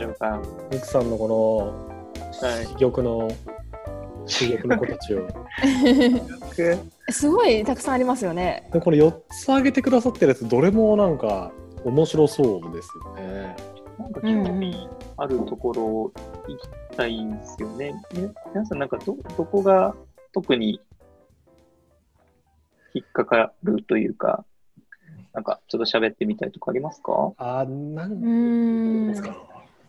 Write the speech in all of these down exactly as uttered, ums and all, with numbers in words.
しょうか。 ミクさんのこの、はい、珠玉の珠玉の子たちをすごいたくさんありますよね。 でこれよっつ挙げてくださってるやつどれもなんか面白そうですよね。 なんか興味あるところ行きたいんですよね。皆さんなんか ど, どこが特に引っかかるというか、なんかちょっと喋ってみたいとかありますか？ あ、なんですか。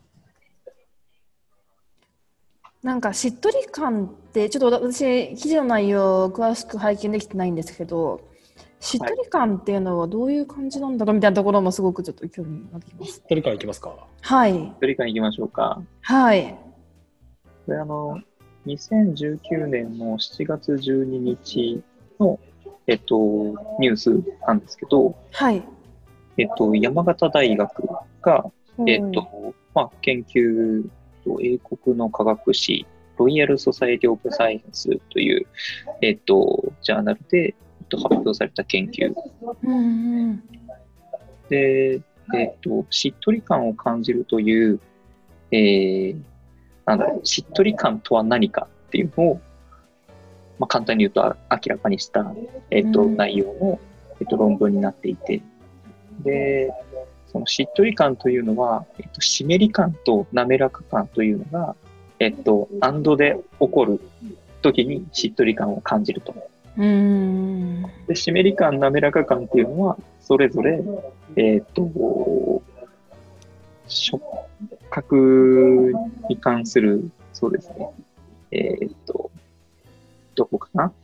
なんかしっとり感ってちょっと私記事の内容を詳しく拝見できてないんですけど、しっとり感っていうのはどういう感じなんだろうみたいなところもすごくちょっと興味があります。 しっとり感いきますか。 はい。 しっとり感いきましょうか。 はい。 これあのにせんじゅうきゅうねんのしちがつじゅうににちのえっとニュースなんですけど、 はい。 えっと山形大学がえっとまあ研究英国の科学誌ロイヤル・ソサエティ・オブ・サイエンスという、えっと、ジャーナルで、えっと、発表された研究、 うんうん、 で、えっと、しっとり感を感じるという、えー、なんだろう、しっとり感とは何かっていうのを、まあ、簡単に言うと明らかにした、えっと、内容の、えっと、論文になっていて、でそのしっとり感というのは、えっと、湿り感と滑らか感というのが、えっと、アンドで起こる時にしっとり感を感じると。 うーんで、湿り感、滑らか感っていうのは、それぞれ、えっと、触覚に関する、そうですね、えっと、どこかな？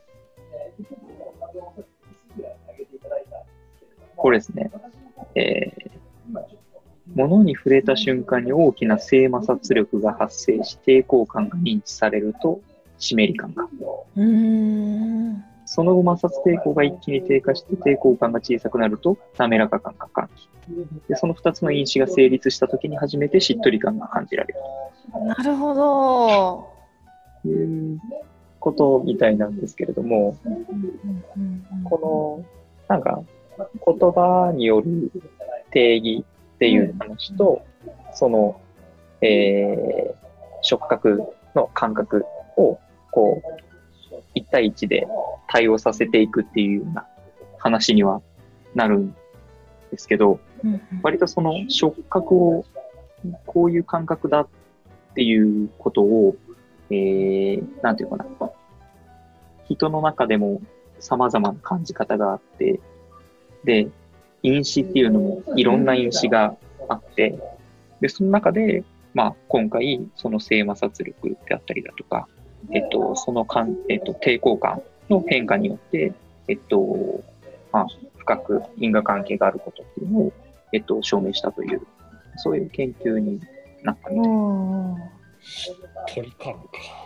これですね。えー、物に触れた瞬間に大きな正摩擦力が発生し抵抗感が認知されると湿り感が、 うーんその後摩擦抵抗が一気に低下して抵抗感が小さくなると滑らか感が感じで、そのふたつの因子が成立したときに初めてしっとり感が感じられるなるほどということみたいなんですけれども、このなんか言葉による定義っていう話と、その、えー、触覚の感覚をこういち対いちで対応させていくっていうような話にはなるんですけど、割とその触覚をこういう感覚だっていうことを、えー、なんていうかな、人の中でも様々な感じ方があって、で、因子っていうのもいろんな因子があって、で、その中で、まあ、今回、その正摩擦力であったりだとか、えっと、その感、えっと、抵抗感の変化によって、えっと、まあ、深く因果関係があることっていうのを、えっと、証明したという、そういう研究になったみたいな。 しっとり感か。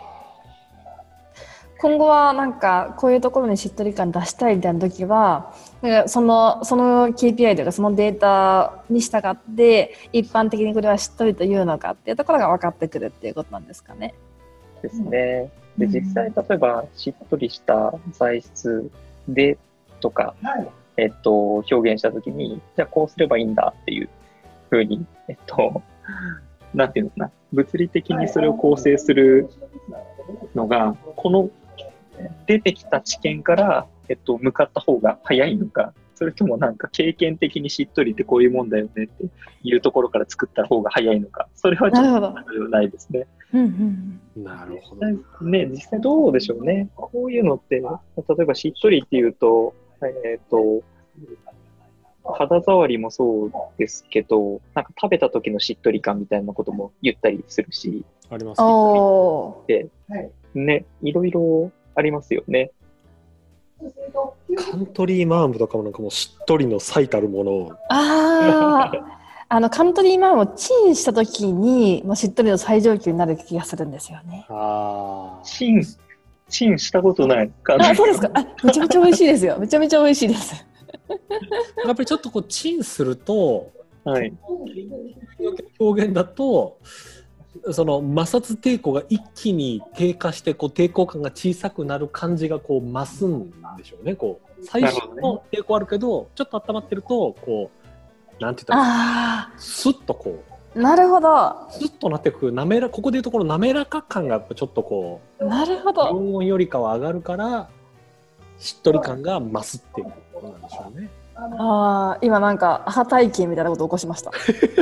今後はなんかこういうところにしっとり感出したいみたいな時は、なんかそのその ケーピーアイ というかそのデータに従って一般的にこれはしっとりというのかっていうところが分かってくるっていうことなんですかね。 ですね。で、実際例えばしっとりした材質でとか、えっと、表現したときに、じゃあこうすればいいんだっていうふうに、えっと、なんていうのかな、物理的にそれを構成するのが、この出てきた知見から、えっと、向かった方が早いのか、それともなんか経験的にしっとりってこういうもんだよねっていうところから作った方が早いのか、それはちょっと分からないですね。 うんうん、 なるほど。ね、実際どうでしょうね。こういうのって、例えばしっとりっていうと、えっと、肌触りもそうですけど、なんか食べた時のしっとり感みたいなことも言ったりするし、 あります。 おで、ね、いろいろありますよね。 カントリーマームとかもなんかもうしっとりの最たるものを。 ああ、あのカントリーマームをチンした時にもうしっとりの最上級になる気がするんですよね。 ああ。 チン、チンしたことない。 あ、そうですか。あ、めちゃめちゃ美味しいですよ。めちゃめちゃ美味しいです。 やっぱりちょっとこうチンすると、 はい、 表現だとその摩擦抵抗が一気に低下してこう抵抗感が小さくなる感じがこう増すんでしょうね。こう最初の抵抗あるけどちょっと温まってるとこうなんて言ったらスッとこうなるほど。 スッとなってく滑らここでいうところ滑らか感がやっぱちょっとこうなるほど。 高音よりかは上がるからしっとり感が増すっていうことなんでしょうね。 ああ、今なんかアハ体験みたいなこと起こしました。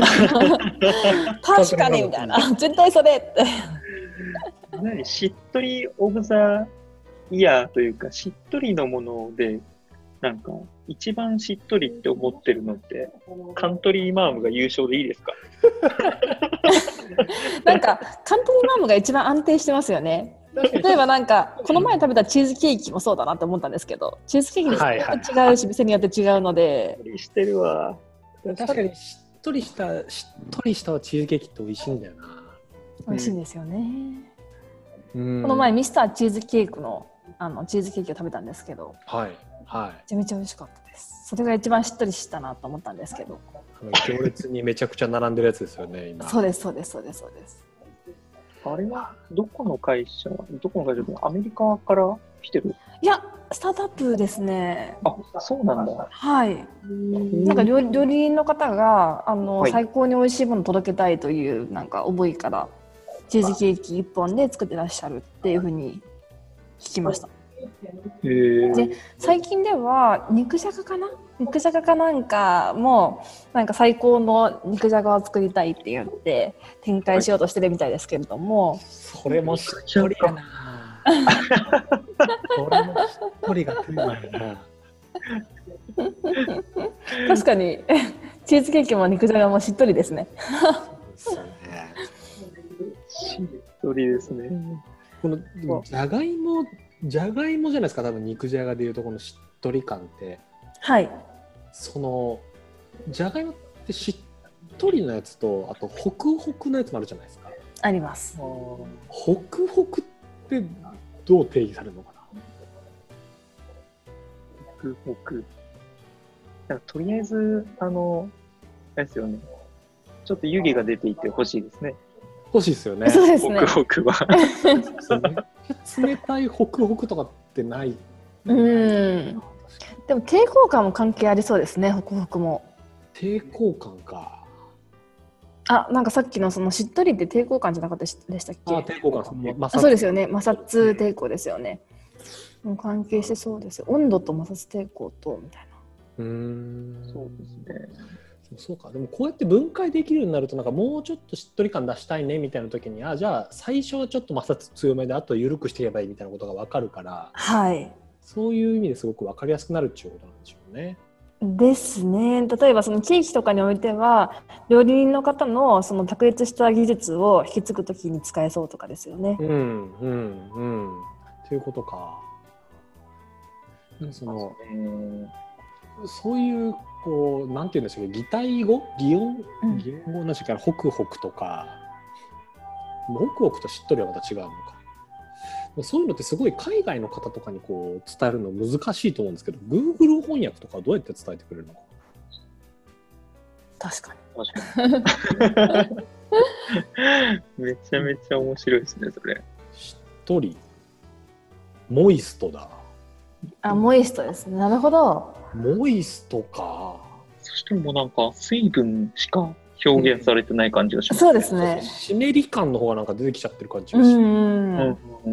確かにみたいな。絶対それって。 何しっとりオブザイヤーというか、しっとりのもので、なんか、一番しっとりって思ってるのって、カントリーマームが優勝でいいですか？ なんか、カントリーマームが一番安定してますよね。例えばなんか、この前食べたチーズケーキもそうだなって思ったんですけど、チーズケーキによって違うし、店によって違うので。 してるわ。 確かにしっとりした、しっとりしたチーズケーキって美味しいんだよな。 美味しいんですよね。 うん、 この前ミスターチーズケーキのあのチーズケーキを食べたんですけど、 はいはい、 めちゃめちゃ美味しかったです。それが一番しっとりしたなと思ったんですけど。 行列にめちゃくちゃ並んでるやつですよね今。 そうですそうですそうですそうです。 あれはどこの会社、どこの会社アメリカから来てる？ いや、スタートアップですね。 あ、そうなんだ。 はい。なんか料理料理人の方があの、はい、最高に美味しいものを届けたいというなんか思いからチーズケーキ一本で作ってらっしゃるっていうふうに聞きました。 へー。 で、最近では肉じゃがかな？肉じゃがかなんかもなんか最高の肉じゃがを作りたいって言って展開しようとしてるみたいですけれども、 それもしっとりやな。それもしっとりがテーマやな。 確かにチーズケーキも肉じゃがもしっとりですね。 そうね。 しっとりですね。 このじゃがいもじゃがいもじゃないですか、多分肉じゃがでいうとこのしっとり感って。 はい。 そのじゃがいもってしっとりのやつとあとホクホクのやつもあるじゃないですか。 あります。 ホクホクってどう定義されるのかな。 ホクホク。とりあえずあのあれですよね。ちょっと湯気が出ていてほしいですね。 欲しいですよね。 そうですね。 ホクホクは。 冷たいホクホクとかってない。 うん。でも抵抗感も関係ありそうですね、ホクホクも。 抵抗感か。 あ、なんかさっきのそのしっとりって抵抗感じゃなかったでしたっけ？ あ、抵抗感、 ま、そうですよね、摩擦抵抗ですよね。もう関係してそうですよ。温度と摩擦抵抗とみたいな。 うーん、 そうですね。 そうか。でもこうやって分解できるようになるとなんかもうちょっとしっとり感出したいねみたいな時に、あ、じゃあ最初はちょっと摩擦強めであと緩くしていけばいいみたいなことが分かるから、 はい。 そういう意味ですごく分かりやすくなるっていうことなんでしょうね。 ですね。例えばそのケーキとかにおいては料理人の方のその卓越した技術を引き継ぐときに使えそうとかですよね。 うんうんうん。ということか。そのそういうこうなんて言うんでしょう、擬態語、擬音、擬音語の時からホクホクとか、ホクホクとしっとりはまた違うのか。そういうのってすごい海外の方とかにこう伝えるの難しいと思うんですけど、Google 翻訳とかどうやって伝えてくれるのか。 確かに。確かに。めちゃめちゃ面白いですね、それ。 しっとり。モイストだ。 あ、モイストですね。なるほど。 モイストか。 そしてもなんか水分しか表現されてない感じがします、 ね。そうですね。 湿り感の方がなんか出てきちゃってる感じがします。うんうんうん。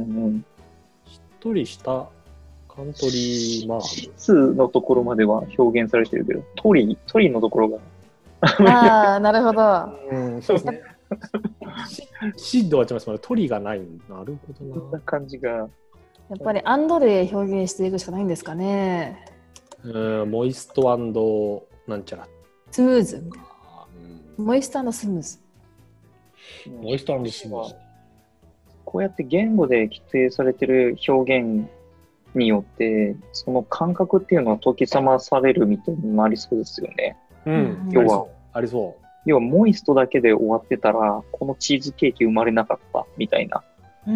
しっとりしたカントリーマーム。 質のところまでは表現されてるけど、トリトリのところが。 ああ、なるほど。 うん、そうですね。シッドは違いますけど、トリがない。なるほどな。 こんな感じが。 やっぱりアンドで表現していくしかないんですかね。 うん、モイスト&なんちゃら。 スムーズ。うん、モイスト&スムーズ。 モイスト&スムーズ。 こうやって言語で規定されてる表現によって、その感覚っていうのは解き覚まされるみたいになりそうですよね。 うん、 要は、 ありそう。 要はモイストだけで終わってたら、このチーズケーキ生まれなかったみたいな。 うん、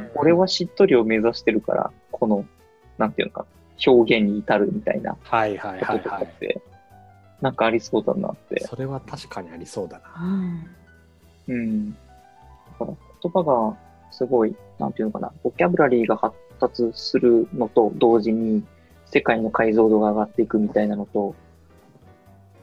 俺はしっとりを目指してるから、この、なんていうのか、表現に至るみたいなこととかって、 はいはいはいはい、 なんかありそうだなって。 それは確かにありそうだな。 うん。 うん、だから言葉がすごい、なんていうのかな、ボキャブラリーが発達するのと同時に、世界の解像度が上がっていくみたいなのと、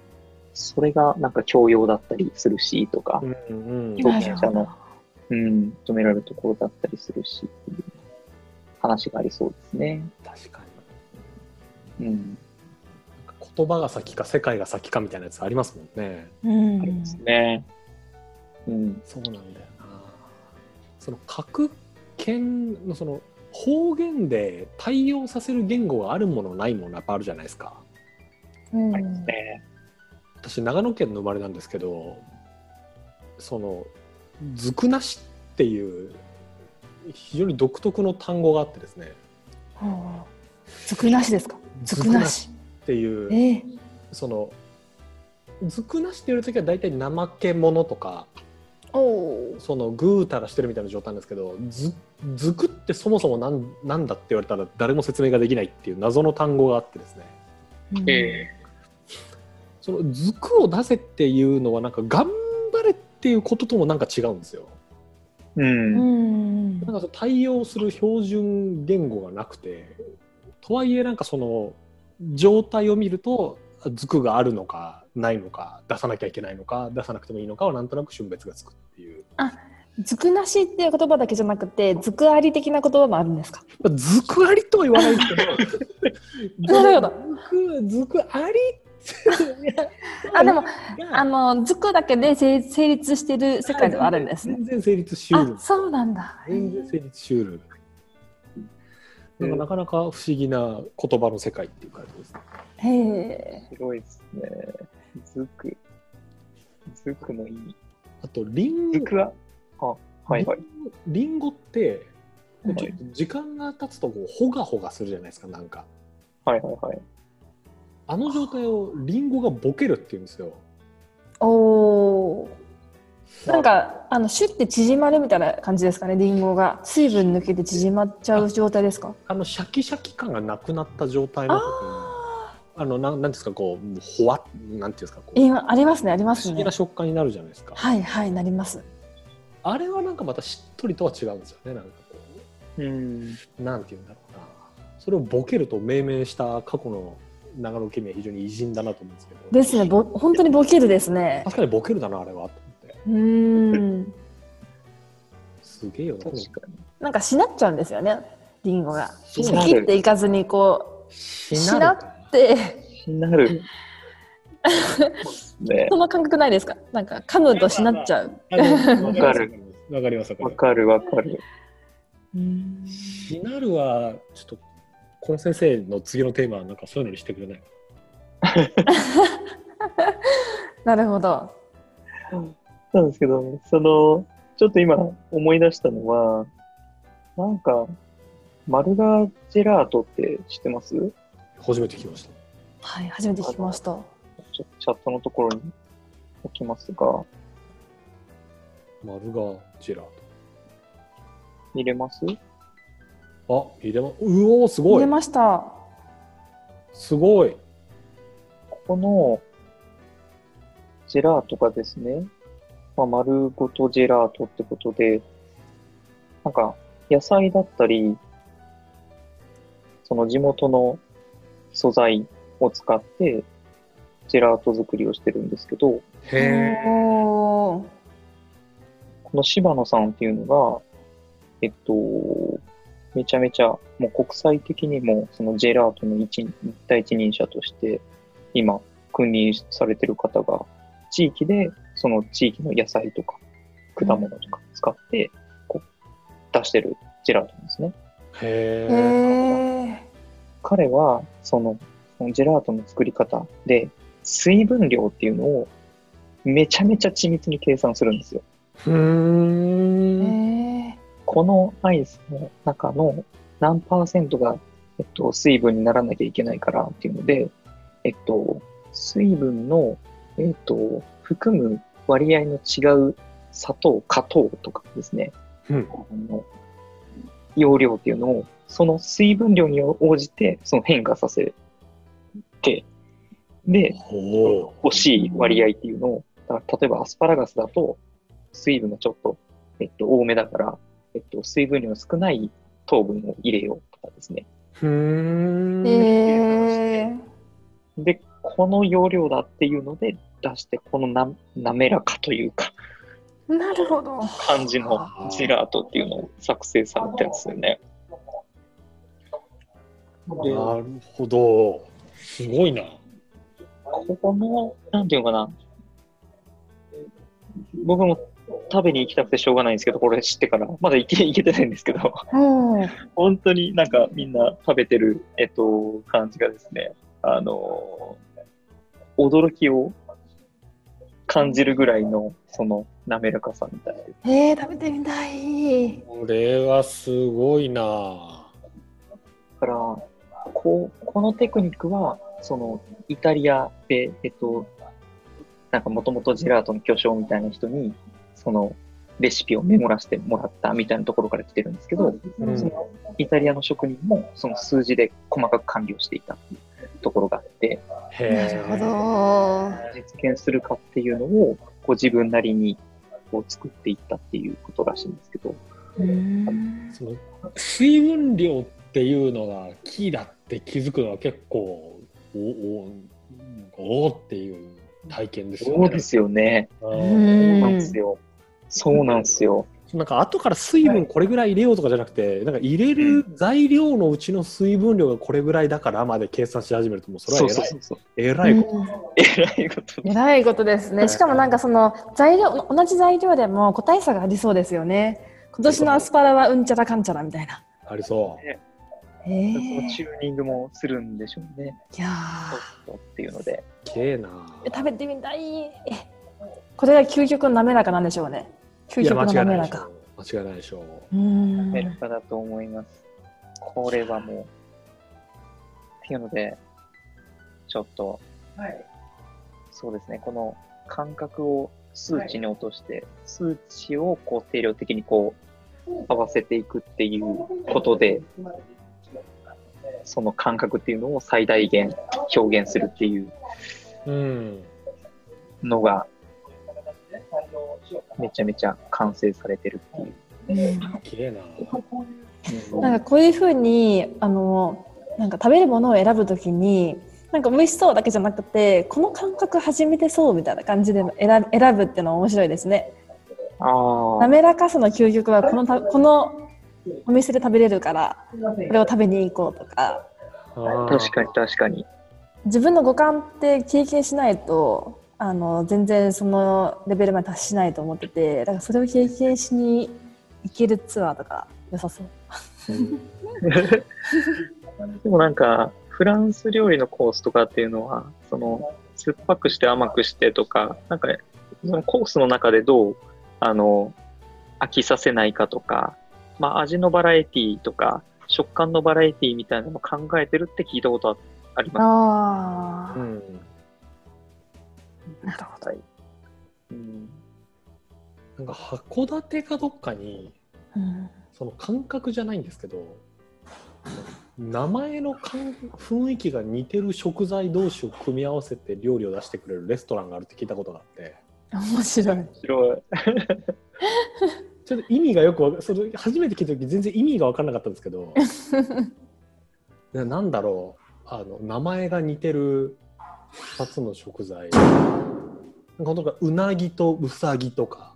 それがなんか教養だったりするしとか、 うんうん、 表現者の、うん、求められるところだったりするしっていう話がありそうですね。 確かに。うん。 言葉が先か世界が先かみたいなやつありますもんね。 うん、 ありますね。うん。 そうなんだよな。その各県のその方言で対応させる言語があるものないものやっぱあるじゃないですか。 うん、 ありますね。 私長野県の生まれなんですけど、そのずくなしっていう非常に独特の単語があってですね。 はあ、ずくなしですか？ずくなしっていう、 えー、 そのずくなしっていう時は大体怠け者とか、 おそのぐうたらしてるみたいな状態なんですけど、ずずくってそもそもなんなんだって言われたら誰も説明ができないっていう謎の単語があってですね、 うん、 えそのずくを出せっていうのはなんか頑張れっていうことともなんか違うんですよ。 ー、うん。 うん、 なんかその対応する標準言語がなくて、とはいえなんかその状態を見るとずくがあるのかないのか、出さなきゃいけないのか出さなくてもいいのかはなんとなく瞬別がつくっていう。 あ、ずくなしっていう言葉だけじゃなくてずくあり的な言葉もあるんですか？ ずくありとは言わないですけどなるほど。 ずく、ずくありあ、でもあのずくだけで成立している世界ではあるんですね。 全然成立しうる。 あ、そうなんだ。 全然成立しうる。なんかなかなか不思議な言葉の世界っていう感じですね。 へえ。 面白いですね。ずく。ずくもいい。 あとリンゴ。 ずくは、あ、はいはい。 リンゴってちょっはいと時間が経つとこうほがほがするじゃないですか、なんか。 はいはいはい。 あの状態をリンゴがボケるって言うんですよ。 おお。なんかあのシュッて縮まるみたいな感じですかね。リンゴが水分抜けて縮まっちゃう状態ですか？ あのシャキシャキ感がなくなった状態の時に、ああのなんなんですか、こうほわなんていうんですか、こう今ありますね、ありますね。 不思議な食感になるじゃないですか。 はいはいなります。 あれはなんかまたしっとりとは違うんですよね。なんかこうん。 うなんていうんだろうな。それをボケると命名した過去の長野県民は非常に偉人だなと思うんですけど。 ですね。ぼ本当にボケるですね。 確かにボケるだなあれはと思って。 うーん。 すげえよな。 確かに。 なんかしなっちゃうんですよね。リンゴが。シそうャキっていかずにこうししなってしなる。ね。 その感覚ないですか？なんか噛むとしなっちゃう。 あのわかる。 わかりますわわかります。 かるわかる。 うんしなるはちょっとこの先生の次のテーマはなんかそういうのにしてくれない？ なるほど。 なんですけど、その、ちょっと今思い出したのは、なんか、マルガジェラートって知ってます？ 初めて聞きました。 はい、初めて聞きました。 ちょっとチャットのところに置きますが、 マルガジェラー見れます？ ト。あ、入れま、うおーすごい。 入れました。 すごい。 このジェラートがですね、まあ、丸ごとジェラートってことで、なんか野菜だったり、その地元の素材を使ってジェラート作りをしてるんですけど、 へえ。 おーこの柴野さんっていうのが、えっと、めちゃめちゃもう国際的にもそのジェラートの一第一人者として今君臨されてる方が地域でその地域の野菜とか果物とか使ってこう出してるジェラートなんですね。 へへえ。 え。 彼はその、そのジェラートの作り方で水分量っていうのをめちゃめちゃ緻密に計算するんですよ。 ふーん。 へえ。 このアイスの中の何パーセントが、えっと、水分にならなきゃいけないからっていうので、えっと、水分の、えっと、含む割合の違う砂糖、果糖とかですね、 うん。 あの容量っていうのを、その水分量に応じてその変化させて、で、 おー欲しい割合っていうのを、だから例えばアスパラガスだと水分がちょっと、えっと、多めだから、えっと、水分量の少ない糖分を入れようとかですね。 ふーん。 へえ。 で、ここの容量だっていうので出して、このな滑らかというか、 なるほど。 感じのジェラートっていうのを作成されてるんですよね。 なるほど。すごいな。 この、なんていうのかな。僕も食べに行きたくてしょうがないんですけど、これ知ってから、まだ行け、行けてないんですけど、 うん。 本当になんかみんな食べてる、えっと、感じがですね、あの、驚きを感じるぐらいの、その滑らかさみたいで。 えー、食べてみたい。 これはすごいな。 だから、こう、このテクニックは、その、イタリアで、えっと、なんかもともとジェラートの巨匠みたいな人に、その、レシピをメモらせてもらったみたいなところから来てるんですけど、 うん、 そのイタリアの職人もその数字で細かく管理をしていたところがあって、 なるほど。 実現するかっていうのをこう自分なりにこう作っていったっていうことらしいんですけど、 うんその水分量っていうのがキーだって気づくのは結構おおおっていう体験ですよね。 そうですよね。そうなんですよ。そうなんですよ。 なんか後から水分これぐらい入れようとかじゃなくて、なんか入れる材料のうちの水分量がこれぐらいだからまで計算し始めると、もうそれは偉い、 そうそうそうそう偉いこと。 偉いこと。 偉いことですね。しかもなんかその材料、同じ材料でも個体差がありそうですよね。今年のアスパラはうんちゃらかんちゃらみたいな。 ありそう。 へそのチューニングもするんでしょうね。 いやそうっていうので。 きれいな。 食べてみたい。えこれが究極の滑らかなんでしょうね。究極の滑らか。 間違いないでしょう。 うん。 滑らかだと思います。これはもう。っていうので、ちょっと、はい、そうですね、この感覚を数値に落として、数値をこう定量的にこう合わせていくっていうことで、その感覚っていうのを最大限表現するっていうのが、めちゃめちゃ完成されてるっていう。 綺麗な。 なんかこういうふうにあのなんか食べるものを選ぶときに、なんか美味しそうだけじゃなくて、この感覚初めてそうみたいな感じで選ぶ、選ぶっていうのは面白いですね。 あ滑らかさの究極はこのたこのお店で食べれるからこれを食べに行こうとか。 確かに確かに。 自分の五感って経験しないとあの全然そのレベルまで達しないと思ってて、だからそれを経験しに行けるツアーとか良さそう。 でもなんかフランス料理のコースとかっていうのは、その酸っぱくして甘くしてとか、なんかそのコースの中でどうあの飽きさせないかとか、まあ、味のバラエティとか食感のバラエティみたいなのを考えてるって聞いたことあります。 ああ、 うん、 なるほど。 はい、うん、 なんか函館かどっかに、うん、その感覚じゃないんですけど、名前の雰囲気が似てる食材同士を組み合わせて料理を出してくれるレストランがあるって聞いたことがあって。 面白い。面白い。 ちょっと意味がよくわか、それ初めて聞いた時全然意味が分からなかったんですけどなんだろう、あの名前が似てるふたつの食材、なんかうなぎとうさぎとか、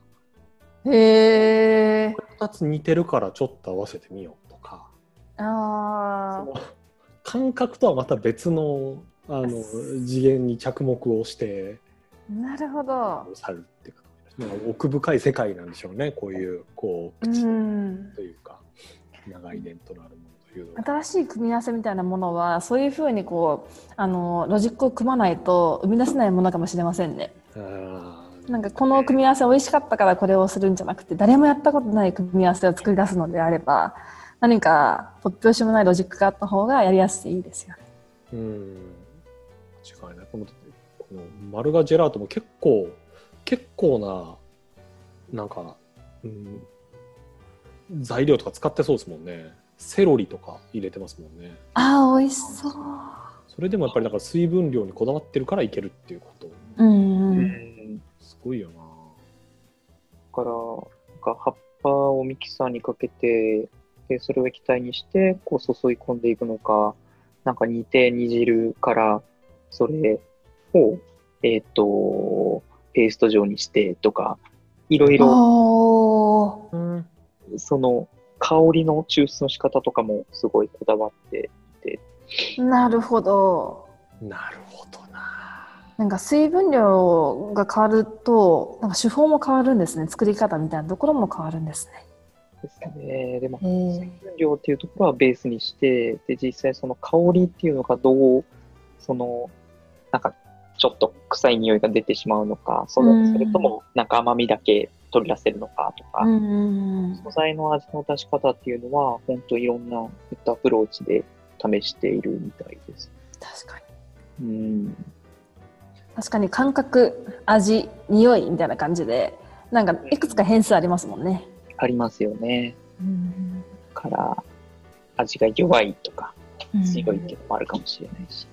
へー、 ふたつ似てるからちょっと合わせてみようとか、 あ感覚とはまた別の、あの次元に着目をしてなるほどさるっていうか、なんか奥深い世界なんでしょうね、こういうこう口というか長い伝統のあるものというのは。 新しい組み合わせみたいなものはそういうふうにこうあのロジックを組まないと生み出せないものかもしれませんね。あ、なんかこの組み合わせ美味しかったからこれをするんじゃなくて、誰もやったことない組み合わせを作り出すのであれば、何か突拍子もないロジックがあった方がやりやすいですよね。 うん、間違いない。この、このマルガジェラートも結構結構ななんか、うん、材料とか使ってそうですもんね。セロリとか入れてますもんね。あー、美味しそう。 それでもやっぱりなんか水分量にこだわってるからいけるっていうこと、 うんうん、 すごいよな。 だからなんか葉っぱをミキサーにかけて、でそれを液体にしてこう注い込んでいくのか、なんか煮て煮汁からそれを、えっと、ペースト状にしてとか、いろいろ、 おー。 うんその香りの抽出の仕方とかもすごいこだわっていて。 なるほど。 なるほどな。 なんか水分量が変わると、なんか手法も変わるんですね。作り方みたいなところも変わるんですね。 ですね。でも、 へー水分量っていうところはベースにして、で、実際その香りっていうのがどう、その、なんか、ちょっと臭い匂いが出てしまうのか、そうんのそれとも、なんか甘みだけ取り出せるのかとか、 うんうんうん素材の味の出し方っていうのは、本当いろんなフットアプローチで試しているみたいです。 確かうに。 ん。 確かに感覚、味、匂いみたいな感じで、なんかいくつか変数ありますもんね。 ありますよね。 うんから、味が弱いとか、 うん強いっていうのもあるかもしれないし。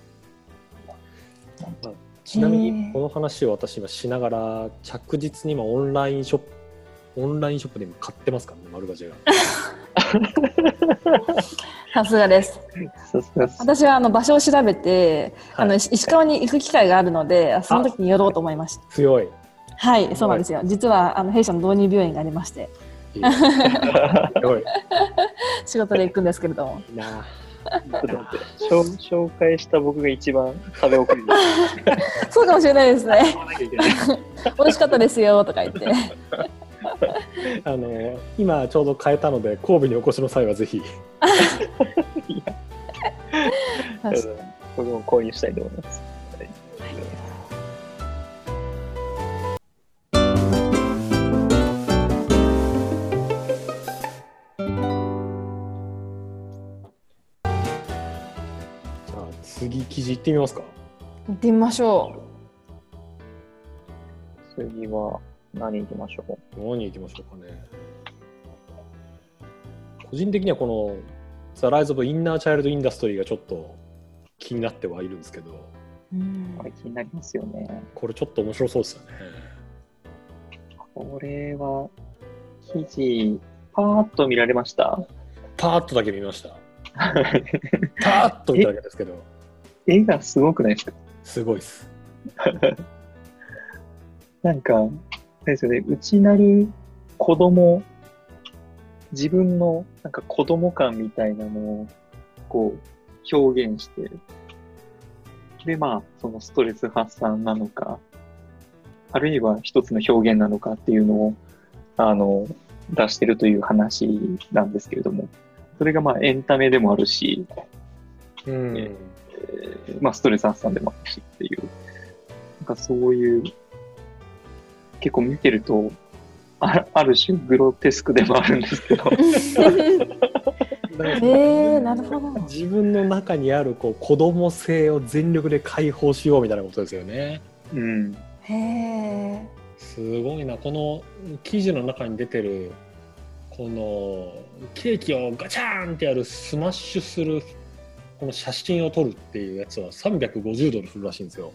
ちなみへーにこの話を私今しながら着実に今オンラインショップオンラインショップで今買ってますからね、丸ガジェが。 さすがです。 そうそうそう。 私はあの場所を調べて、 はいあの石石川に行く機会があるので、その時に寄ろうと思いました。 強い。 はい、そうなんですよ。実はあの弊社の導入病院がありまして、 いい強い。 仕事で行くんですけれども。 いいな。 ちょっと待って紹紹介した僕が一番食べ遅れてそうかもしれないですね。 買わなきゃいけない。 美味しかったですよとか言って。 あの今ちょうど買えたので神戸にお越しの際はぜひ。 いや、僕も購入したいと思います。はいじゃあ次記事いってみますか。 行ってみましょ次は何行きましょう。 何行きましょうかね。個人的にはこの The Rise of Inner Child Industry がちょっと気になってはいるんですけど、 う。うんこれ気になりますよね。 これちょっと面白そうですよね。 これは記事パーッと見られました。 パーッとだけ見ました。パーッと見ただけですけど、 絵がすごくないですか？ すごいっす。 なんか、あれですよね、うちなり子供、自分のなんか子供感みたいなのをこう表現して、で、まあ、そのストレス発散なのか、あるいは一つの表現なのかっていうのを、あの、出してるという話なんですけれども、それがまあエンタメでもあるし、 うん。 えーまあストレス発散でもあるしっていう、なんかそういう、結構見てると、あある種グロテスクでもあるんですけど、 えー、なるほど。 自分の中にあるこう子供性を全力で解放しようみたいなことですよね。 うん、 へえ。 すごいな。この記事の中に出てるこのケーキをガチャーンってやるスマッシュするこの写真を撮るっていうやつはさんびゃくごじゅうドルするらしいんですよ。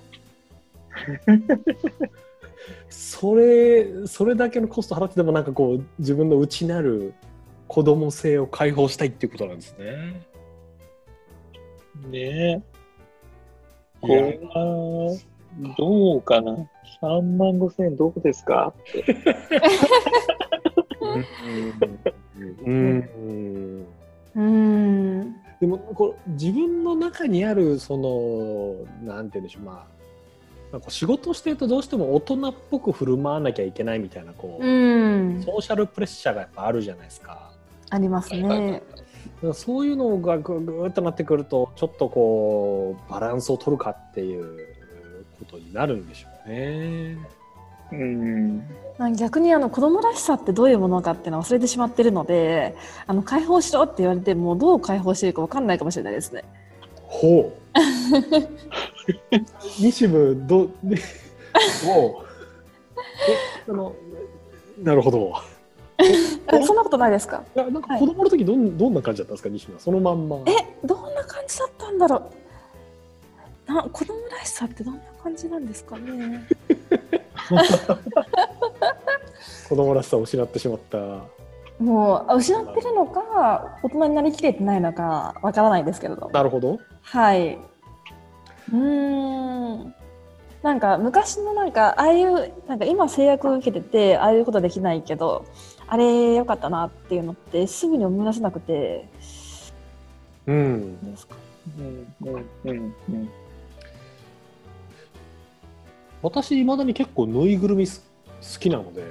それそれだけのコスト払ってでもなんかこう自分の内なる子供性を解放したいっていうことなんですね。 ねえ。こいやれは、どうかな ?さんまんごせんえんどこですかって。 うんうんうーん。 でもこう自分の中にあるそのなんて言うんでしょう、まあなんか仕事をしているとどうしても大人っぽく振る舞わなきゃいけないみたいなこう、 うん。 ソーシャルプレッシャーがやっぱあるじゃないですか。 ありますね。 だからそういうのがぐぐーっとなってくるとちょっとこうバランスを取るかっていうことになるんでしょうね。 うん。 なんか逆にあの子供らしさってどういうものかっていうのを忘れてしまってるので、あの解放しろって言われてもどう解放していいか分かんないかもしれないですね。 ほう。西部どうでほう。えあのなるほど。 えそんなことないですか？ いやなんか子供の時どん、どんな感じだったんですか、西野は。そのまんま。 え、どんな感じだったんだろう。な子供らしさってどんな感じなんですかね。 子供らしさを失ってしまった。 もうあ失ってるのか大人になりきれてないのかわからないですけれど。 なるほど。 はい。うーん。なんなんか昔のなんかああいうなんか今制約を受けててああいうことできないけどあれ良かったなっていうのってすぐに思い出せなくて、 うん、 どうですか？ うんうんうんうん私いまだに結構ぬいぐるみ好きなので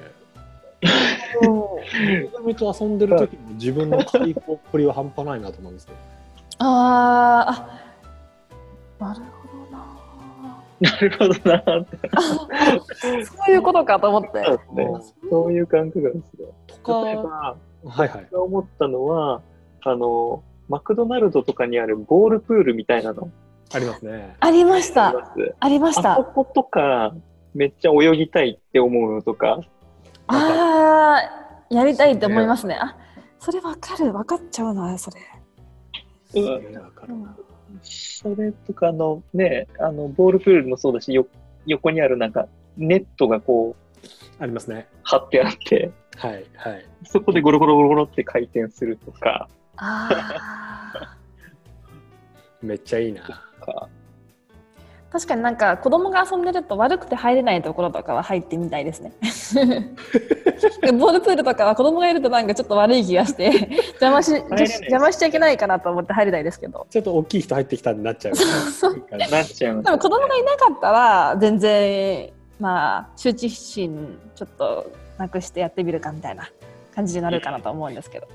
ぬいぐるみと遊んでる時も自分の解放っぷりは半端ないなと思うんですけど。 あーあ、なるほどな。 なるほどなってそういうことかと思って。 そうですね。そういう感覚なんですよ。 とか、 例えば、 はいはい。 僕が思ったのは、あの、マクドナルドとかにあるボールプールみたいなの。 ありますね。 ありましありた。 ますありましあそた。 ことか、めっちゃ泳ぎたいって思うのとか。 ああ、やりたいって思いますね。あ、それわかる。わかっちゃうな、それ。 うわそれとかのね、あの、ボールプールもそうだし、よ横にあるなんか、ネットがこう、 ありますね。 張ってあって、 はいはい。 そこでゴロゴロゴロゴロって回転するとか。 ああ。 めっちゃいいな。 か確かになんか子供が遊んでると悪くて入れないところとかは入ってみたいですね。ボールプールとかは子供がいるとなんかちょっと悪い気がして邪魔し邪魔しちゃいけないかなと思って入れないですけど。 ちょっと大きい人入ってきたんになっちゃう。 なっちゃいます、ね。 多分子供がいなかったら全然まあ羞恥心ちょっとなくしてやってみるかみたいな感じになるかなと思うんですけど。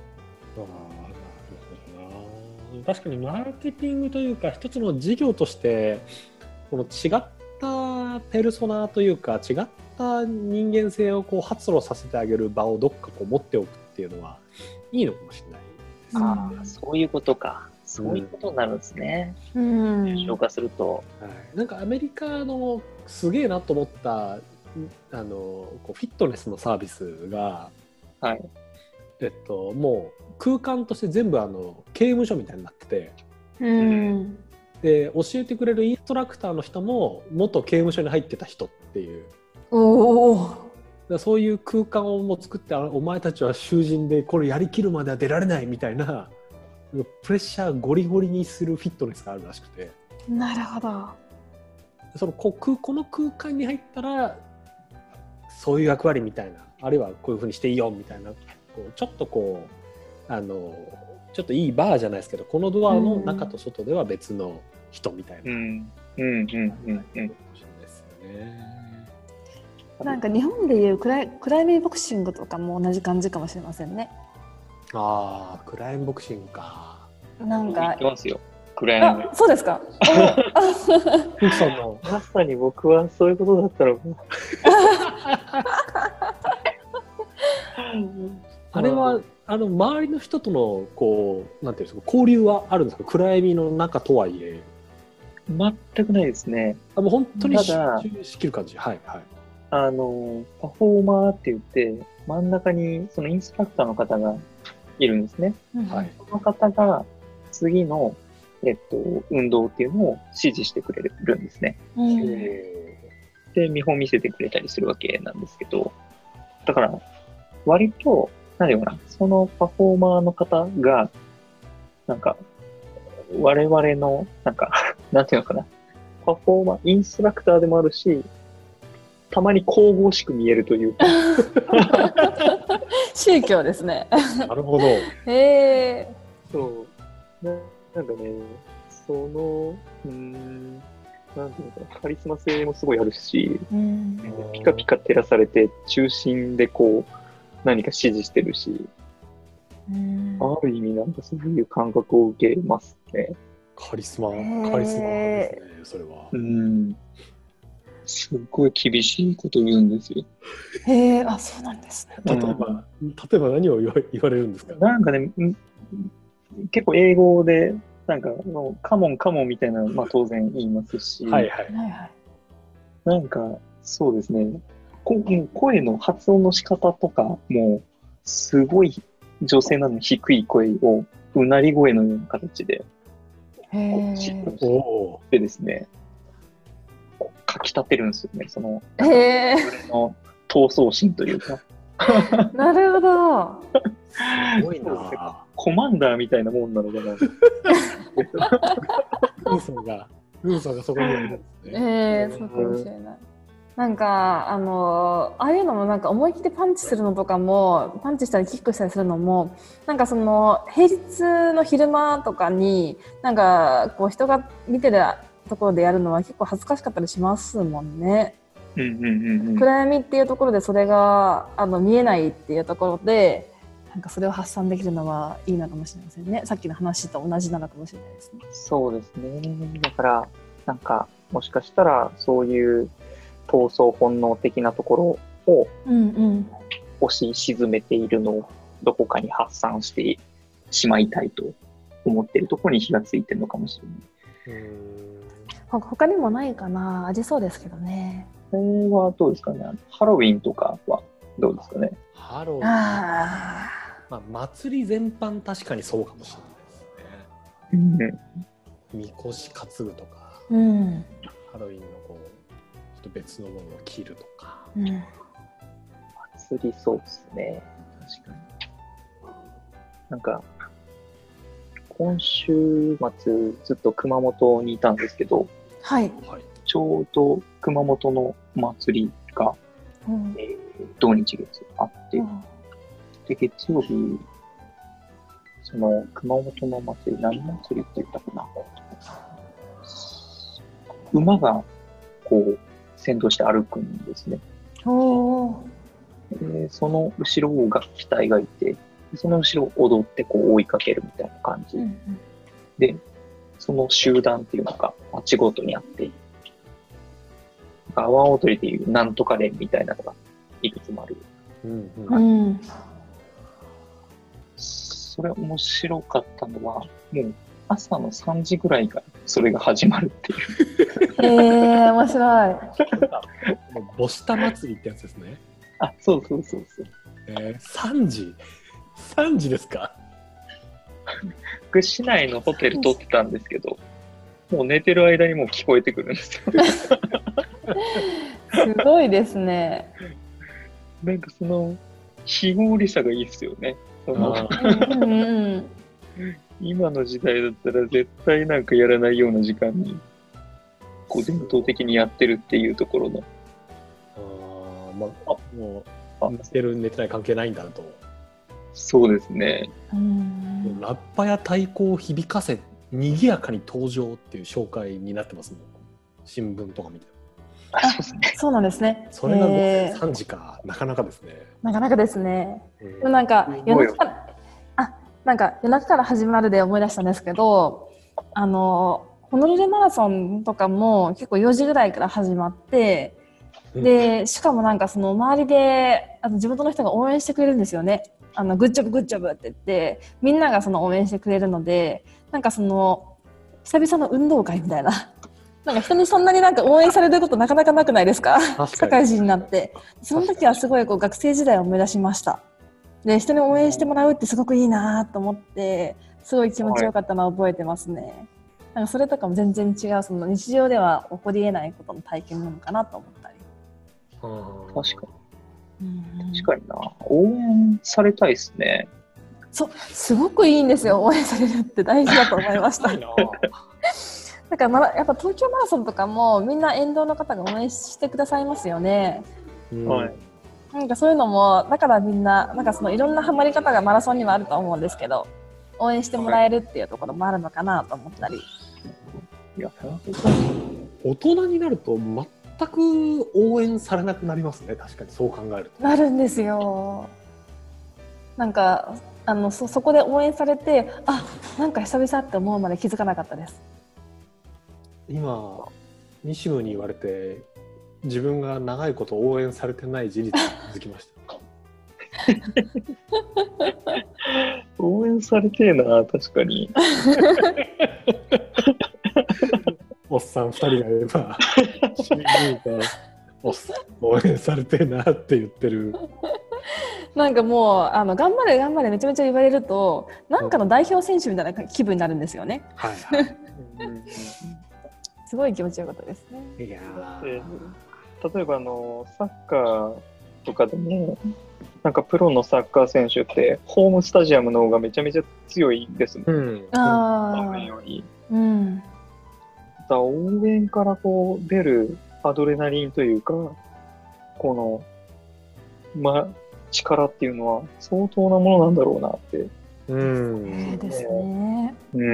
確かにマーケティングというか一つの事業としてこの違ったペルソナというか違った人間性をこう発露させてあげる場をどっかこう持っておくっていうのはいいのかもしれないですね。 ああ、そういうことか。そういうことになるんですね。 うん。 消化すると、 はい、なんかアメリカのすげえなと思ったあのこうフィットネスのサービスが、 はい、 えっともう空間として全部あの刑務所みたいになってて、 うん、 で教えてくれるインストラクターの人も元刑務所に入ってた人っていう。 おお。 そういう空間をもう作ってお前たちは囚人でこれやりきるまでは出られないみたいなプレッシャーゴリゴリにするフィットネスがあるらしくて。 なるほど。 そのここの空間に入ったらそういう役割みたいなあるいはこういう風にしていいよみたいなこうちょっとこうあのちょっといいバーじゃないですけどこのドアの中と外では別の人みたいな。 うんうんうんうんうん。 なんか日本でいうクライクライミングボクシングとかも同じ感じかもしれませんね。 ああ、クライムボクシングか。 なんか。 言ってますよ。クライム。 そうですか。 さんのまさに僕はそういうことだったのか。 あれはあの周りの人とのこうなんていうんですか交流はあるんですか。暗闇の中とはいえ。 全くないですね。 あもう本当に集中しきる感じ。はいはい。 あのパフォーマーって言って真ん中にそのインストラクターの方がいるんですね。はい。その方が次のえっと運動っていうのを指示してくれるんですね。うん、で見本見せてくれたりするわけなんですけど、だから割と何て言うかな、そのパフォーマーの方がなんか我々のなんかなんていうのかな、パフォーマーインストラクターでもあるし。たまに神々しく見えるというか宗教ですね。 なるほど。 へえ。 そうな、なんかね、そのうーんなんていうのかな、カリスマ性もすごいあるし、うんピカピカ照らされて中心でこう何か指示してるし、うんある意味なんかそういう感覚を受けますね。 カリスマ、カリスマですね、それは。 うんすっごい厳しいこと言うんですよ。 へえ、あ、そうなんですね。 例えば、うん、例えば何を言わ、言われるんですか。 なんかね、結構英語でなんかのカモンカモンみたいなまあ当然言いますし、 はいはい。 なんかそうですね、こ声の発音の仕方とかもすごい女性なのに低い声をうなり声のような形で、 へえ。 でですね。かき立てるんですよね、その、 へそれの闘争心というか。 なるほど。 すごいな。 コマンダーみたいなもんなのかな。 ウンソンがルーさんがそこにいるんですね。 ええー、そうかもしれない。なんかあのああいうのもなんか思い切ってパンチするのとかもパンチしたりキックしたりするのもなんかその平日の昼間とかになんかこう人が見てるところでやるのは結構恥ずかしかったりしますもんね。 うんうんうんうん、 暗闇っていうところでそれがあの見えないっていうところでなんかそれを発散できるのはいいのかもしれませんね。さっきの話と同じなのかもしれないですね。 そうですね。だからなんかもしかしたらそういう闘争本能的なところを押し沈めているのをどこかに発散してしまいたいと思っているところに火がついてるのかもしれない。うーん、他にもないかな。ありそうですけどね。 これはどうですかね。ハロウィンとかはどうですかね。 ハロウィン、あ、まあ、祭り全般確かにそうかもしれないですね。うん、みこし担ぐとか、うん、ハロウィンのこうちょっと別のものを着るとか、うん、 祭りそうですね。確かに。なんか今週末ずっと熊本にいたんですけど、 はい、 ちょうど熊本の祭りが、うんえー、土日月あって、うん、で月曜日その熊本の祭り何祭りって言ったかな、馬がこう先導して歩くんですね。おでその後ろを楽器隊がいて、その後ろを踊ってこう追いかけるみたいな感じ、うんうん、でその集団っていうのが町ごとにあって、阿波踊りでいうなんとか連みたいなのがいくつもある、うんうん、それ面白かったのはもう朝のさんじぐらいからそれが始まるっていうへえー、面白いボシタ祭りってやつですね。 あ、そうそうそうそう、 えー、さんじさんじですか。 僕市内のホテル取ってたんですけど、もう寝てる間にもう聞こえてくるんですよすごいですね。 なんかその非合理さがいいですよね。その今の時代だったら絶対なんかやらないような時間にこう伝統的にやってるっていうところの、 あ、まあ、もう寝てる寝てない関係ないんだと。 そうですね。 うんラッパや太鼓を響かせ賑やかに登場っていう紹介になってますもん。新聞とか見て。 あ、そうなんですね。 それが午前さんじか、なかなかですね。 なかなかですね。でもなんか夜中からあなんか夜中から始まるで思い出したんですけど、あのホノルルマラソンとかも結構よじぐらいから始まって、でしかもなんかその周りであの地元の人が応援してくれるんですよね。あのグッジョブグッジョブって言ってみんながその応援してくれるので、なんかその久々の運動会みたいな、なんか人にそんなになんか応援されることなかなかなくないですか？社会人になって。その時はすごいこう学生時代を思い出しました。で人に応援してもらうってすごくいいなと思って、すごい気持ちよかったのを覚えてますね。なんかそれとかも全然違う、その日常では起こり得ないことの体験なのかなと思ったり。 確かに。確かにな、応援されたいですね。 そう、すごくいいんですよ。応援されるって大事だと思いました。だからまだやっぱ東京マラソンとかもみんな沿道の方が応援してくださいますよね。はい。なんかそういうのもだからみんななんかそのいろんなハマり方がマラソンにはあると思うんですけど、応援してもらえるっていうところもあるのかなと思ったり。はい、いや、 大人になると全く応援されなくなりますね。確かにそう考えると。 なるんですよ。なんかあの そ, そこで応援されて、あ、なんか久々って思うまで気づかなかったです。 今西村に言われて自分が長いこと応援されてない事実に気づきました応援されてえな、確かにおっさんふたりがいればおっさん応援されてえなって言ってる。 なんかもうあの頑張れ頑張れめちゃめちゃ言われるとなんかの代表選手みたいな気分になるんですよね。はいはい、すごい気持ちよかったですね。いや例えばあのサッカーとかでもなんかプロのサッカー選手ってホームスタジアムの方がめちゃめちゃ強いんですもん、うん、あより、うん、 った応援からこう出るアドレナリンというか、この、ま、力っていうのは相当なものなんだろうなって。 うん。 そうですね。 うん。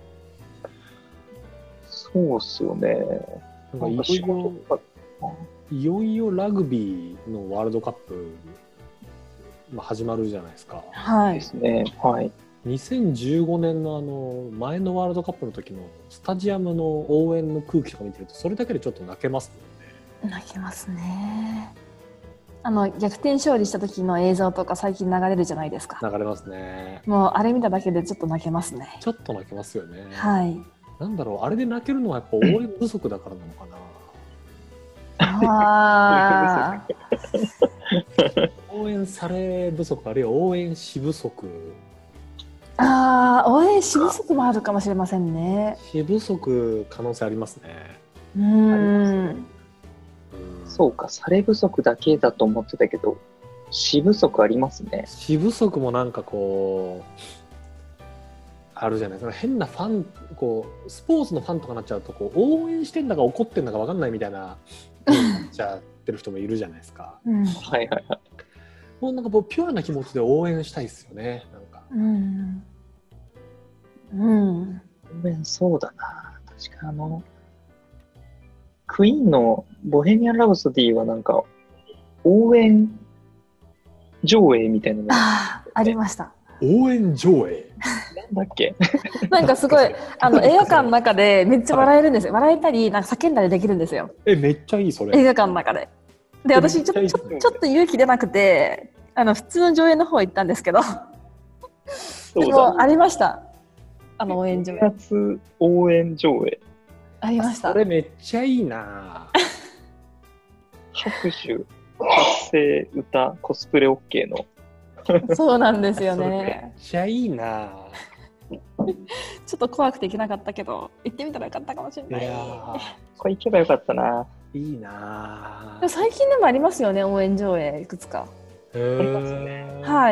そうっすよね。 なんかいよいよ、いよいよラグビーのワールドカップ、まあ、始まるじゃないですか。 はい。 ですね。はい。 にせんじゅうごねんのあの前のワールドカップの時のスタジアムの応援の空気とか見てると、それだけでちょっと泣けますもんね。泣けますね。あの逆転勝利した時の映像とか最近流れるじゃないですか。 流れますね。 もうあれ見ただけでちょっと泣けますね。 ちょっと泣けますよね。 はい。 なんだろう、あれで泣けるのはやっぱ応援不足だからなのかな。 ああ。 応援され不足、あるいは応援し不足。 ああ、応援し不足もあるかもしれませんね。 し不足可能性ありますね。 うーん。 そうか、され不足だけだと思ってたけど、し不足ありますね。 し不足もなんかこうあるじゃないですか。変なファン、こうスポーツのファンとかなっちゃうと、こう応援してんだか怒ってんだか分かんないみたいななっちゃってる人もいるじゃないですか。 うん、 はいはいはい。 もうなんかこうピュアな気持ちで応援したいですよね。なんか。 うんうん。 応援そうだな。確かあのクイーンのボヘミアン・ラブソディはなんか応援上映みたいなのがあ, ありました。 応援上映なんだっけなんかすごいあの映画館の中でめっちゃ笑えるんですよ。笑えたりなんか叫んだりできるんですよ。 え、めっちゃいいそれ。 映画館の中で。で、私ちょちょちょっと勇気出なくて、あの普通の上映の方行ったんですけど、でもありました。あの応援上映。 夏応援上映。 ありました。 それめっちゃいいな。 拍手、発声、歌、コスプレ OK の。 そうなんですよね。 めっちゃいいな。 ちょっと怖くて行けなかったけど、行ってみたらよかったかもしれない。いやこれ行けばよかったな。 いいな。 最近でもありますよね、応援上映いくつか。 へー。 はい。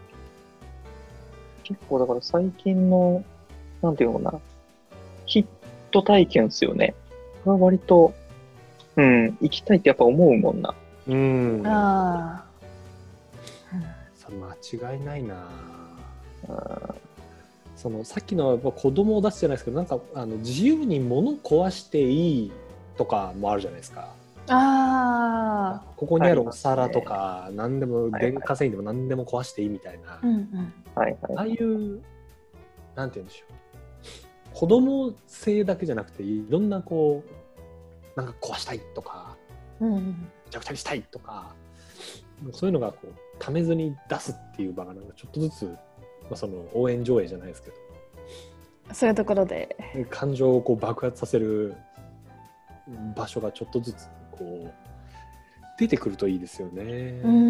結構だから最近のなんていうのかな、ヒット体験ですよね。これは割と、うん、行きたいってやっぱ思うもんな。 うん。 ああ。 それ間違いないな。あ、そのさっきの子供を出すじゃないですけど、なんかあの自由に物壊していいとかもあるじゃないですか。 ああ。 ここにあるお皿とか、ね、何でも電化製品でも何でも壊していいみたいな。 うんうん、 はいはい。 ああいうなんて言うんでしょう。子供性だけじゃなくて、いろんなこうなんか壊したいとか、 うんうん、 めちゃくちゃにしたいとか、そういうのがこうためずに出すっていう場がなんかちょっとずつ、まあ、その応援上映じゃないですけど、 そういうところで感情をこう爆発させる場所がちょっとずつこう出てくるといいですよね。うん、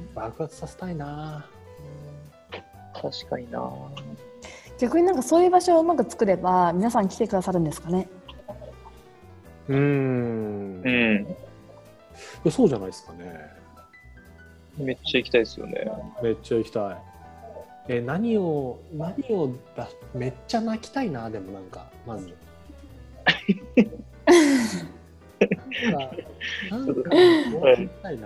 爆発させたいな。 確かにな。 逆になんかそういう場所をうまく作れば皆さん来てくださるんですかね。 うーん、 うん、 そうじゃないですかね。 めっちゃ行きたいですよね。 めっちゃ行きたい。え、何を何をだめっちゃ泣きたいな。でもなんかまずなんかなんか泣きたいな。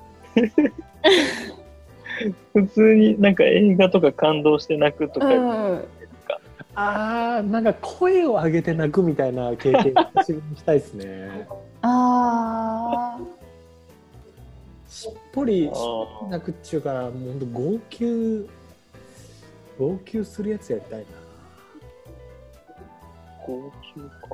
普通になんか映画とか感動して泣くとか、うん、 ああ、なんか声を上げて泣くみたいな経験久しぶりにしたいですね。 ああ、 しっぽり泣くっちゅうから、もうほんと号泣号泣するやつやりたいな。 号泣か。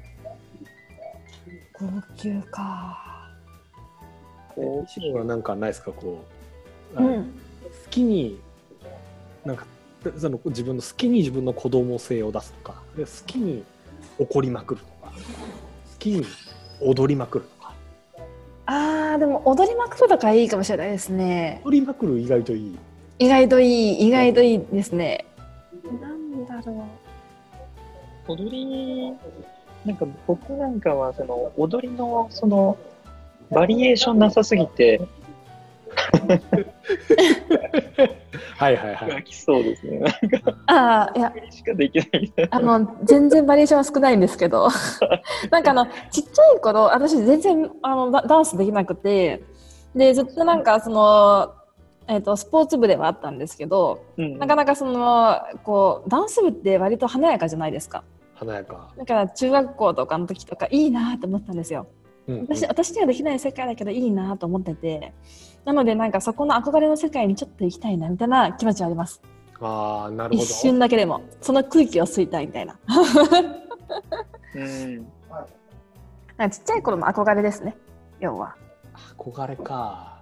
号泣か。 一部はなんかないですか、こう、 うん、 好きになんかその自分の好きに自分の子供性を出すとか、好きに怒りまくるとか、好きに踊りまくるとか。 ああ、でも踊りまくるとかいいかもしれないですね。 踊りまくる意外といい。 意外といい、意外といいですね。なんだろう。踊り、なんか僕なんかはその踊りのそのバリエーションなさすぎてはいはいはい。 が来そうですね。なんかああ、いや、 しかできないみたいな。 あの、全然バリエーションは少ないんですけど、なんかあの、ちっちゃい頃、私全然あのダダンスできなくて、で、ずっとなんかその、えっと、スポーツ部ではあったんですけど、 うんなかなかその、こう、ダンス部って割と華やかじゃないですか。 華やか。 だから中学校とかの時とかいいなと思ったんですよ。 うんうん、 私私にはできない世界だけどいいなと思ってて、なのでなんかそこの憧れの世界にちょっと行きたいなみたいな気持ちはあります。 ああ、なるほど。 一瞬だけでもその空気を吸いたいみたいな。 うん、 なんかちっちゃい頃の憧れですね、要は。 憧れか。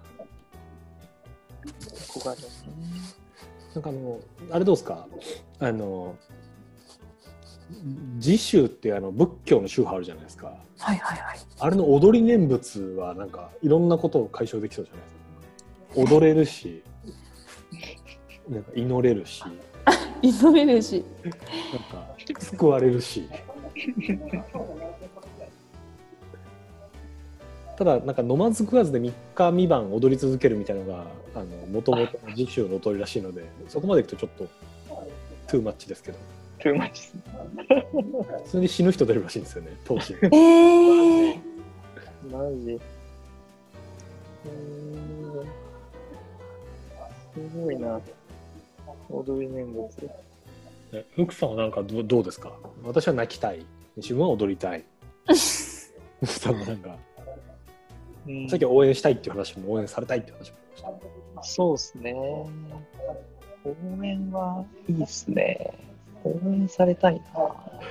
憧れですね。 なんかあのあれどうですか、あの自宗ってあの仏教の宗派あるじゃないですか。 はいはいはい。 あれの踊り念仏はなんかいろんなことを解消できそうじゃないですか。踊れるし、なんか祈れるし、 祈れるし、 なんか救われるし。ただなんか飲まず食わずでみっかみばん踊り続けるみたいなのがあの元々の自宗の踊りらしいので、そこまでいくとちょっとトゥーマッチですけど。 トゥーマッチですね。 それで死ぬ人出るらしいんですよね、当時。 えー、 マジ。うーん、すごいな。踊り念仏。 え福さんはなんかどう、どうですか？私は泣きたい。自分は踊りたい。福さんもなんか、 うん、 さっき応援したいっていう話も応援されたいっていう話もありました。 そうですね。応援はいいですね。応援されたいな。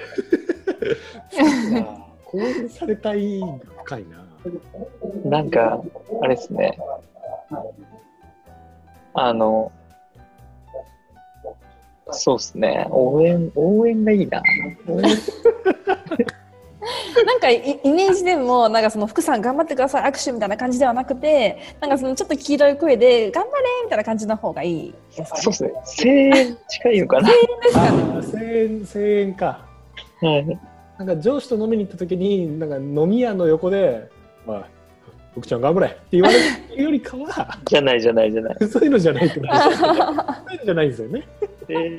応援されたい深いな。 なんか、あれですね。あの、そうですね。応援、応援がいいな。応援なんかイイメージでもなんかその福さん頑張ってください握手みたいな感じではなくて、なんかそのちょっと黄色い声で頑張れみたいな感じの方がいいですかね。 そうですね。声援近いのかな。 声援ですかね。 あ声援、声援か。 はい。 なんか上司と飲みに行った時になんか飲み屋の横で「まあ福ちゃん頑張れ」って言われるよりかはじゃないじゃないじゃない。 そういうのじゃないってことですよね。そういうのじゃないんですよね。 えー、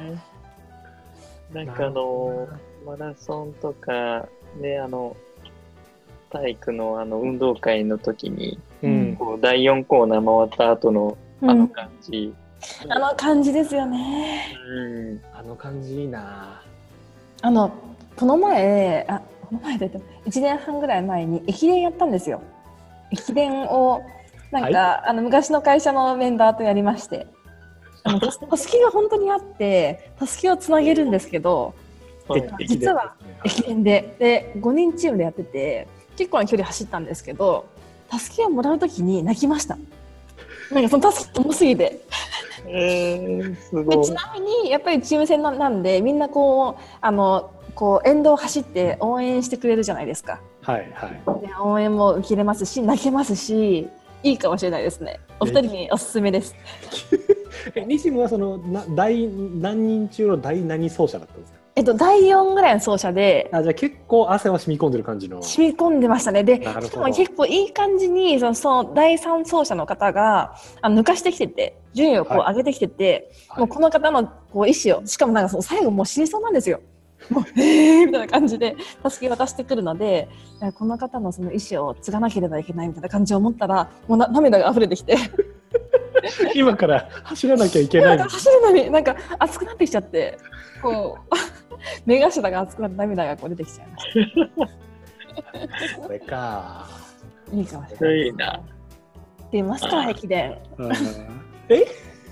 なんかあのマラソンとかね、あの体育のあの運動会の時に、 うん、 こうだいよんコーナー回った後のあの感じ、 うん、あの感じですよね。 うん、 あの感じいいな。 あのこの前あこの前でいちねんはんぐらい前に駅伝やったんですよ。駅伝をなんか、はい、あの昔の会社のメンバーとやりまして、あのたすきが本当にあってたすきをつなげるんですけど、はい、実は駅伝ででごにんチームでやってて結構な距離走ったんですけど、たすきをもらうときに泣きました。なんかそのたすき重すぎて。 えー、すごい。 でちなみにやっぱりチーム戦なんでみんなこうあのこう沿道を走って応援してくれるじゃないですか。 はいはい。 で応援も受けれますし泣けますしいいかもしれないですね。お二人におすすめです。 え西村はそのな第何人中の第何走者だったんですか？ えっとだいよんぐらいの走者で、 あじゃあ結構汗は染み込んでる感じの。 染み込んでましたね。でしかも結構いい感じにそのそのだいさん走者の方があの抜かしてきてて順位をこう上げてきてて、はい、もうこの方のこう意思をしかもなんかその最後もう死にそうなんですよ。もうえーみたいな感じで助け渡してくるので、この方のその意思を継がなければいけないみたいな感じを思ったらもうな涙が溢れてきて今から走らなきゃいけない。 走るのになんか熱くなってきちゃってこう目頭が熱くなって涙がこう出てきちゃいました。 それか。 いいかもしれない。 いいな。 出ますか駅伝。 え？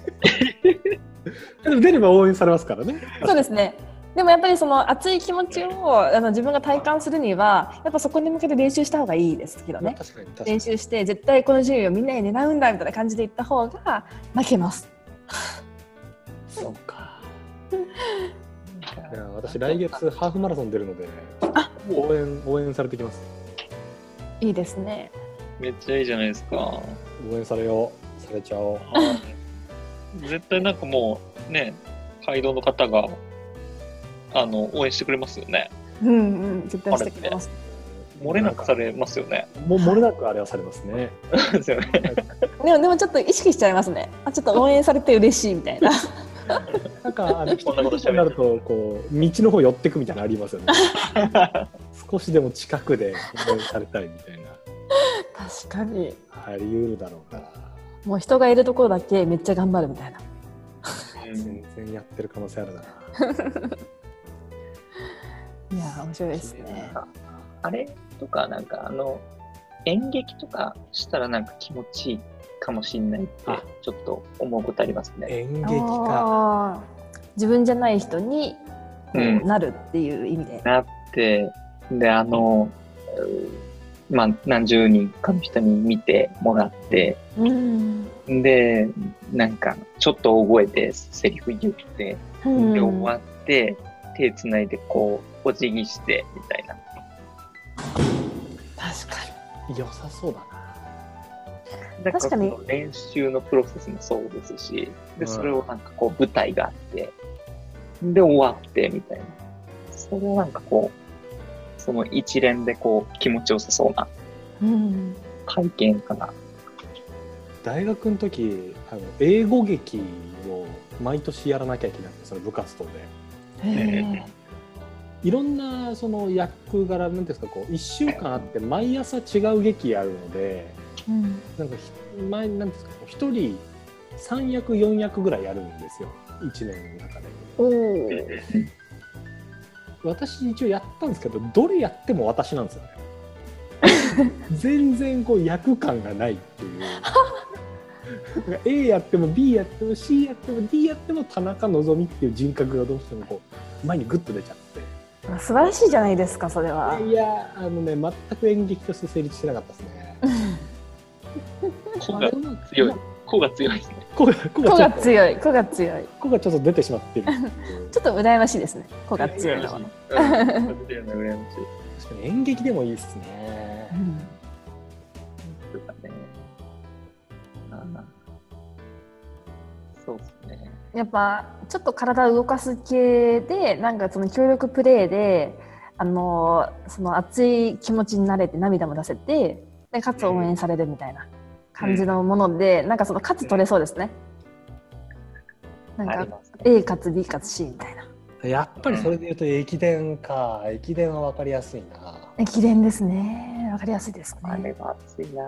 でも出れば応援されますからね。 そうですね。でもやっぱりその熱い気持ちをあの自分が体感するにはやっぱそこに向けて練習した方がいいですけどね。 確かに確かに。 練習して絶対この順位をみんなに狙うんだみたいな感じで言った方が負けます。 そうか。いや私来月ハーフマラソン出るので応援応援されてきます。 いいですね。 めっちゃいいじゃないですか。 応援されようされちゃおう。 絶対なんかもうね街道の方があの応援してくれますよね。 うんうん絶対してくれます。 漏れなくされますよね。 もう漏れなくあれはされますね。 ですよね。 でもでもちょっと意識しちゃいますね。あ、ちょっと応援されて嬉しいみたいな。 なんかあのこんなことになるとこう道の方寄ってくみたいなのありますよね。少しでも近くで応援されたいみたいな。 確かに。 あり得るだろうな。 もう人がいるところだけめっちゃ頑張るみたいな。 全然やってる可能性あるな。 いや面白いですね。 あれとかなんかあの演劇とかしたらなんか気持ちいいかもしれないってちょっと思うことありますね。 演劇か。 自分じゃない人にこう、 うん、 なるっていう意味で。 なってであの、まあ、何十人かの人に見てもらって、うん、でなんかちょっと覚えてセリフ言って、うん、で終わって手つないでこうお辞儀してみたいな。 確かに良さそうだな。確かに練習のプロセスもそうですし、でそれをなんかこう舞台があってで終わってみたいな。それはなんかこうその一連でこう気持ちよさそうな体験かな。うん、 大学の時あの英語劇を毎年やらなきゃいけなくて、その部活動で。へいろんなその役柄なんていうんですか、こういっしゅうかんあって毎朝違う劇やるので、うん、なんか前なんですかひとりさんやくよんやくぐらいやるんですよいちねんの中で。お私一応やったんですけど、どれやっても私なんですよね。全然こう役感がないっていう。A やっても B やっても C やっても D やっても田中希実っていう人格がどうしてもこう前にグッと出ちゃって。 素晴らしいじゃないですかそれは。 いやあのね全く演劇として成立してなかったですね。 子が強い。子が強いですね。 子が強い。子が強い。 子がちょっと出てしまってる。 ちょっと羨ましいですね。子が強いのは。 羨ましい。 確かに演劇でもいいですね。うん。 とかね。あそうですね。 やっぱちょっと体を動かす系でなんかその協力プレーであのその熱い気持ちになれて涙も出せてでかつ応援されるみたいな感じのもので、うん、なんかそのかつ取れそうですね。なんか A かつ B かつ C みたいな。 やっぱりそれでいうと駅伝か。駅伝は分かりやすいな。 駅伝ですね。分かりやすいですね。 あれは熱いな。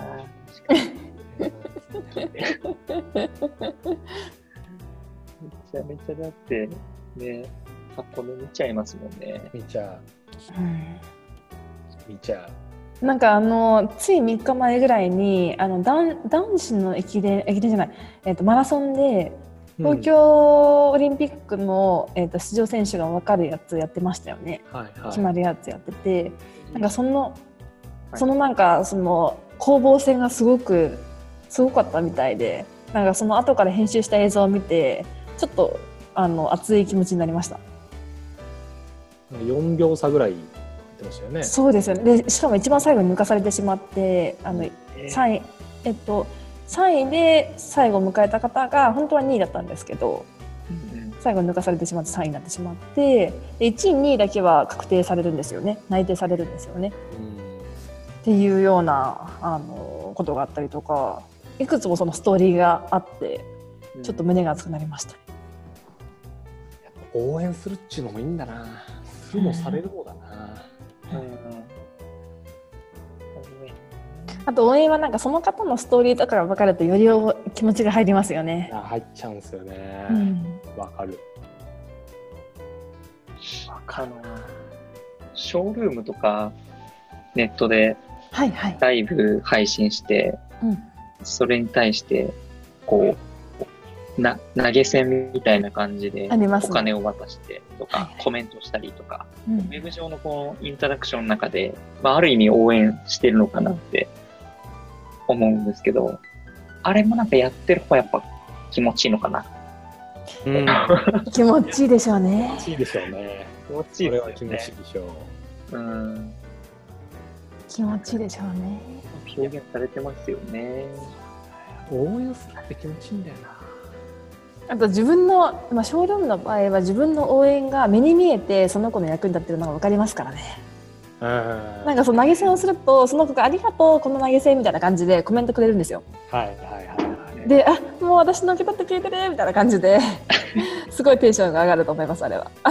めちゃめちゃだってね、箱根見ちゃいますもんね。 見ちゃう。うん、見ちゃう。なんかあのついみっかまえぐらいにあの 男, 男子の駅伝駅伝じゃない、えー、とマラソンで東京オリンピックの、うんえー、と出場選手が分かるやつやってましたよね。はいはい、決まるやつやってて、なんかそのそのなんかその攻防戦がすごくすごかったみたいで、なんかその後から編集した映像を見て。ちょっとあの熱い気持ちになりました。 よんびょう差ぐらい言ってましたよね。 そうですよね。でしかも一番最後に抜かされてしまってあの、えー、さんい、えっと、さんいで最後を迎えた方が本当はにいだったんですけど、うん、最後に抜かされてしまってさんいになってしまってでいちいにいだけは確定されるんですよね。内定されるんですよね、うん、っていうようなあのことがあったりとかいくつもそのストーリーがあってちょっと胸が熱くなりました。 応援するっちゅうのもいいんだな。するもされるもだな、うんうん、 あと応援はなんかその方のストーリーとかが分かるとより気持ちが入りますよね。 入っちゃうんですよね。わ、うん、かるわかる。ショールームとかネットでライブ配信して、はいはい、それに対してこうな投げ銭みたいな感じでお金を渡してとか、ね、コメントしたりとか、はいはい、ウェブ上のこのインタラクションの中で、まあ、ある意味応援してるのかなって思うんですけど、あれもなんかやってる方やっぱ気持ちいいのかな。 うん、気持ちいいでしょうね。 気持ちいいでしょうね。 気持ちいいですよね。 それは気持ちいいでしょう。うん、 気持ちいいでしょうね。 表現されてますよね。 応援するって気持ちいいんだよな。 あと自分の、まあ、ショールームの場合は自分の応援が目に見えてその子の役に立ってるのが分かりますからね。 なんかその投げ銭をするとその子がありがとうこの投げ銭みたいな感じでコメントくれるんですよ。 はいはいはいはい。 で、あ、もう私の受け取って聞いてねみたいな感じですごいテンションが上がると思います、あれは。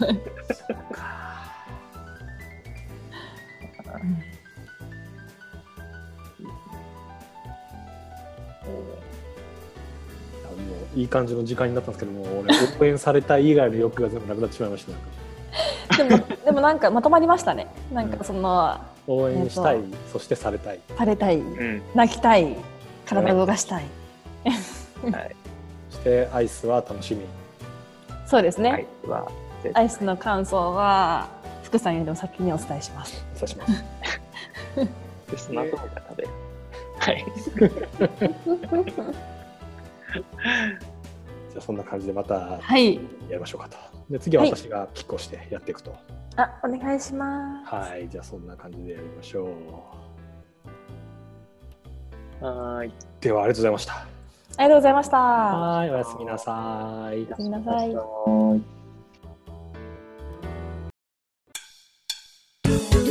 いい感じの時間になったんですけども、俺応援されたい以外の欲が全部なくなってしまいました。 でもでもなんかまとまりましたね。なんかその、 うん、応援したい、えー、そしてされたい、 されたい、うん、泣きたい、体を動かしたい。 はい、そしてアイスは楽しみ。 そうですね。 アイスはアイスの感想は福さんよりも先にお伝えします。 お伝えします。 でその後が食べる。はい。 じゃあそんな感じでまたやりましょうかと。で次は私がキックをしてやっていくと。はい、 あ、お願いします。 はい、じゃあそんな感じでやりましょう。はい。 ではありがとうございました。ありがとうございました。 はい、おやすみなさい。 おやすみなさい。